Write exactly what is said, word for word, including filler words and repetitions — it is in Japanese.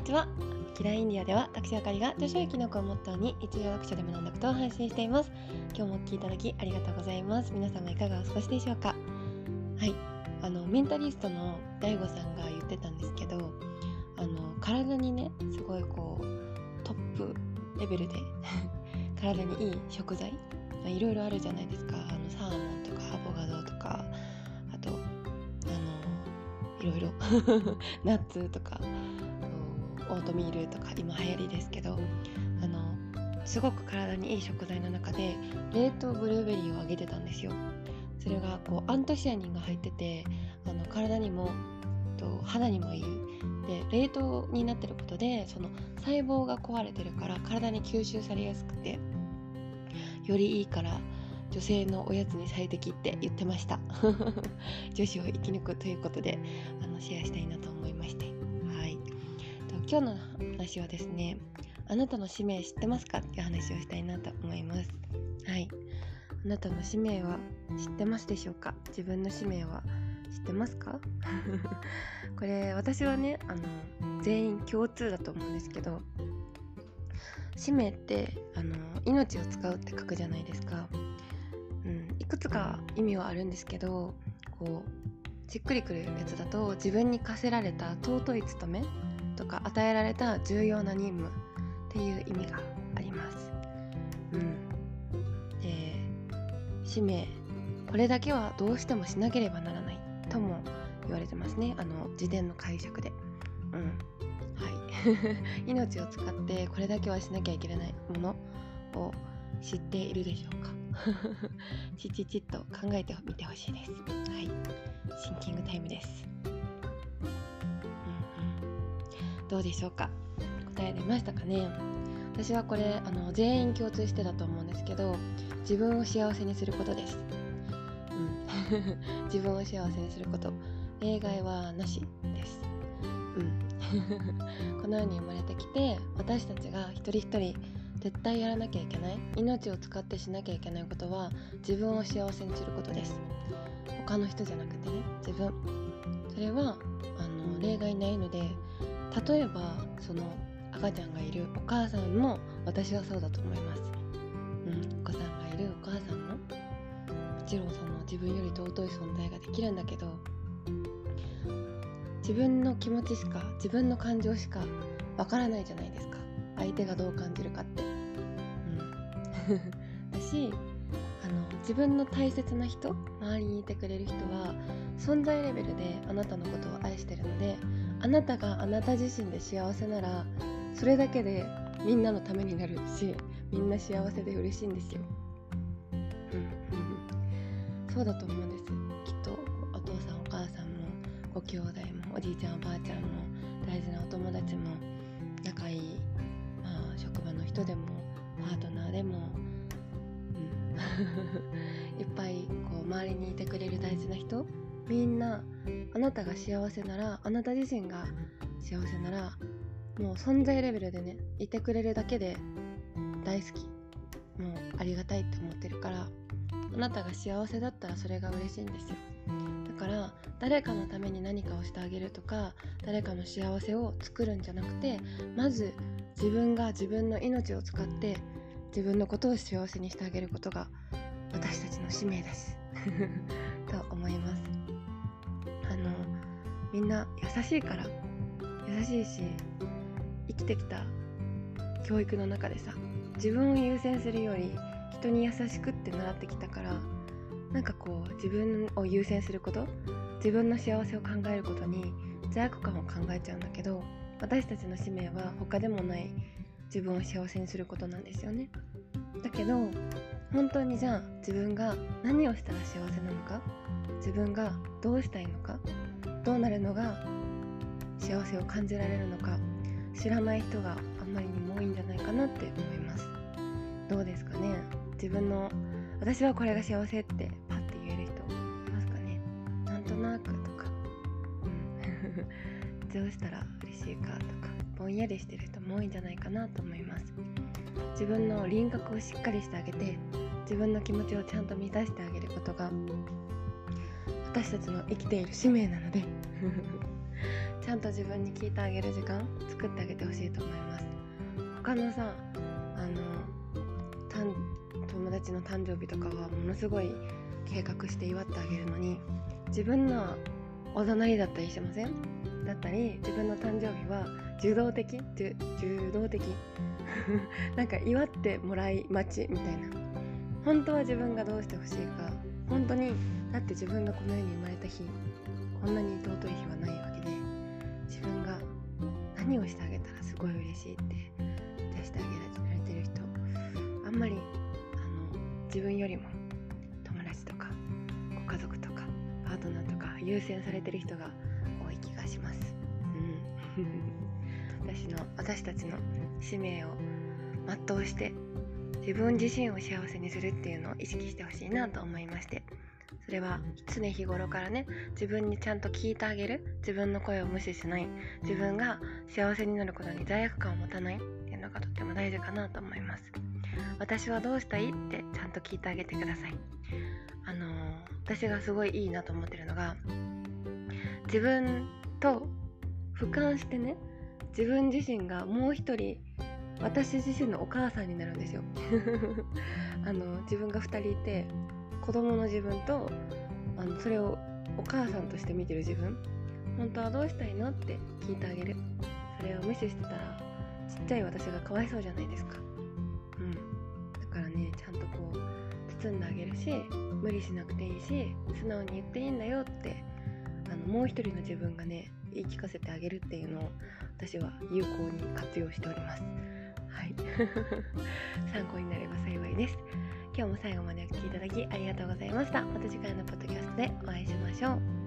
ちは。キラインディアでは私あかりが女子力の子をモットーに日常読書で学んだことを配信しています。今日もお聞きいただきありがとうございます。皆様いかがお過ごしでしょうか。はい、あのメンタリストの ダイゴ さんが言ってたんですけど、あの体にねすごいこうトップレベルで体にいい食材いろいろあるじゃないですか。あのサーモンとかアボカドとか、あとあのいろいろナッツとかオートミールとか今流行りですけど、あのすごく体にいい食材の中で冷凍ブルーベリーを挙げてたんですよ。それがこうアントシアニンが入ってて、あの体にもと肌にもいいで、冷凍になってることでその細胞が壊れてるから体に吸収されやすくてよりいいから女性のおやつに最適って言ってました女子を生き抜くということであのシェアしたいなと思いまして、はい、今日の話はですね、あなたの使命知ってますかっていう話をしたいなと思います。はい、あなたの使命は知ってますでしょうか。自分の使命は知ってますかこれ私はね、あの全員共通だと思うんですけど、使命ってあの命を使うって書くじゃないですか。うん、いくつか意味はあるんですけど、こうしっくりくるやつだと、自分に課せられた尊い務めとか与えられた重要な任務っていう意味があります。うん、で使命、これだけはどうしてもしなければならないとも言われてますね。あの辞典の解釈で、うん、はい命を使ってこれだけはしなきゃいけないものを知っているでしょうかちちちっと考えてみてほしいです。はい、シンキングタイムです。うんうん、どうでしょうか。答え出ましたかね。私はこれあの全員共通してたと思うんですけど、自分を幸せにすることです。うん、自分を幸せにすること、例外はなしです。うん、この世に生まれてきて、私たちが一人一人絶対やらなきゃいけない、命を使ってしなきゃいけないことは自分を幸せにすることです。他の人じゃなくてね、自分。それはあの例外ないので、例えばその赤ちゃんがいるお母さんも私はそうだと思います。うん、お子さんがいるお母さんももちろんその自分より尊い存在ができるんだけど、自分の気持ちしか、自分の感情しかわからないじゃないですか。相手がどう感じるかって、うん、だしあの自分の大切な人、周りにいてくれる人は存在レベルであなたのことを愛してるので、あなたがあなた自身で幸せならそれだけでみんなのためになるし、みんな幸せで嬉しいんですよ。うんうん、そうだと思うんです。きっとお父さんお母さんもご兄弟もおじいちゃんおばあちゃんも大事なお友達も仲いい、まあ、職場の人でもパートナーでも、うん、いっぱいこう周りにいてくれる大事な人、みんなあなたが幸せなら、あなた自身が幸せなら、もう存在レベルでねいてくれるだけで大好き、もうありがたいって思ってるから、あなたが幸せだったらそれが嬉しいんですよ。だから誰かのために何かをしてあげるとか、誰かの幸せを作るんじゃなくて、まず自分が自分の命を使って自分のことを幸せにしてあげることが私たちの使命ですと思います。あのみんな優しいから、優しいし、生きてきた教育の中でさ、自分を優先するより人に優しくって習ってきたから、なんかこう自分を優先すること、自分の幸せを考えることに罪悪感を考えちゃうんだけど、私たちの使命は他でもない自分を幸せにすることなんですよね。だけど本当にじゃあ自分が何をしたら幸せなのか、自分がどうしたいのか、どうなるのが幸せを感じられるのか、知らない人があんまりにも多いんじゃないかなって思います。どうですかね。自分の私はこれが幸せってパッて言える人いますかね。なんとなくとか、うん、どうしたら嬉しいかとかぼんやりしてる人も多いんじゃないかなと思います。自分の輪郭をしっかりしてあげて、自分の気持ちをちゃんと満たしてあげることが私たちの生きている使命なのでちちゃんと自分に聞いてあげる時間作ってあげてほしいと思います。他のさあのたん友達の誕生日とかはものすごい計画して祝ってあげるのに、自分のはおざなりだったりしません？だったり自分の誕生日は受動的受受動的なんか祝ってもらい待ちみたいな。本当は自分がどうしてほしいか、本当にだって自分がこの世に生まれた日、こんなに尊い日はないわけで、自分が何をしてあげたらすごい嬉しいって出してあげられてる人、あんまりあの自分よりも友達とかご家族とかパートナーとか優先されてる人が多い気がします。うん私の私たちの使命を全うして自分自身を幸せにするっていうのを意識してほしいなと思いまして、それは常日頃からね、自分にちゃんと聞いてあげる、自分の声を無視しない、自分が幸せになることに罪悪感を持たないっていうのがとっても大事かなと思います。私はどうしたいってちゃんと聞いてあげてください。あのー、私がすごいいいなと思ってるのが、自分と俯瞰してね、自分自身がもう一人私自身のお母さんになるんですよあの自分がふたりいて、子供の自分とあのそれをお母さんとして見てる自分、本当はどうしたいのって聞いてあげる。それを無視してたらちっちゃい私がかわいそうじゃないですか。うんだからね、ちゃんとこう包んであげるし、無理しなくていいし、素直に言っていいんだよって、あのもう一人の自分がね言い聞かせてあげるっていうのを私は有効に活用しております。はい参考になれば幸いです。今日も最後までお聞きいただきありがとうございました。また次回のポッドキャストでお会いしましょう。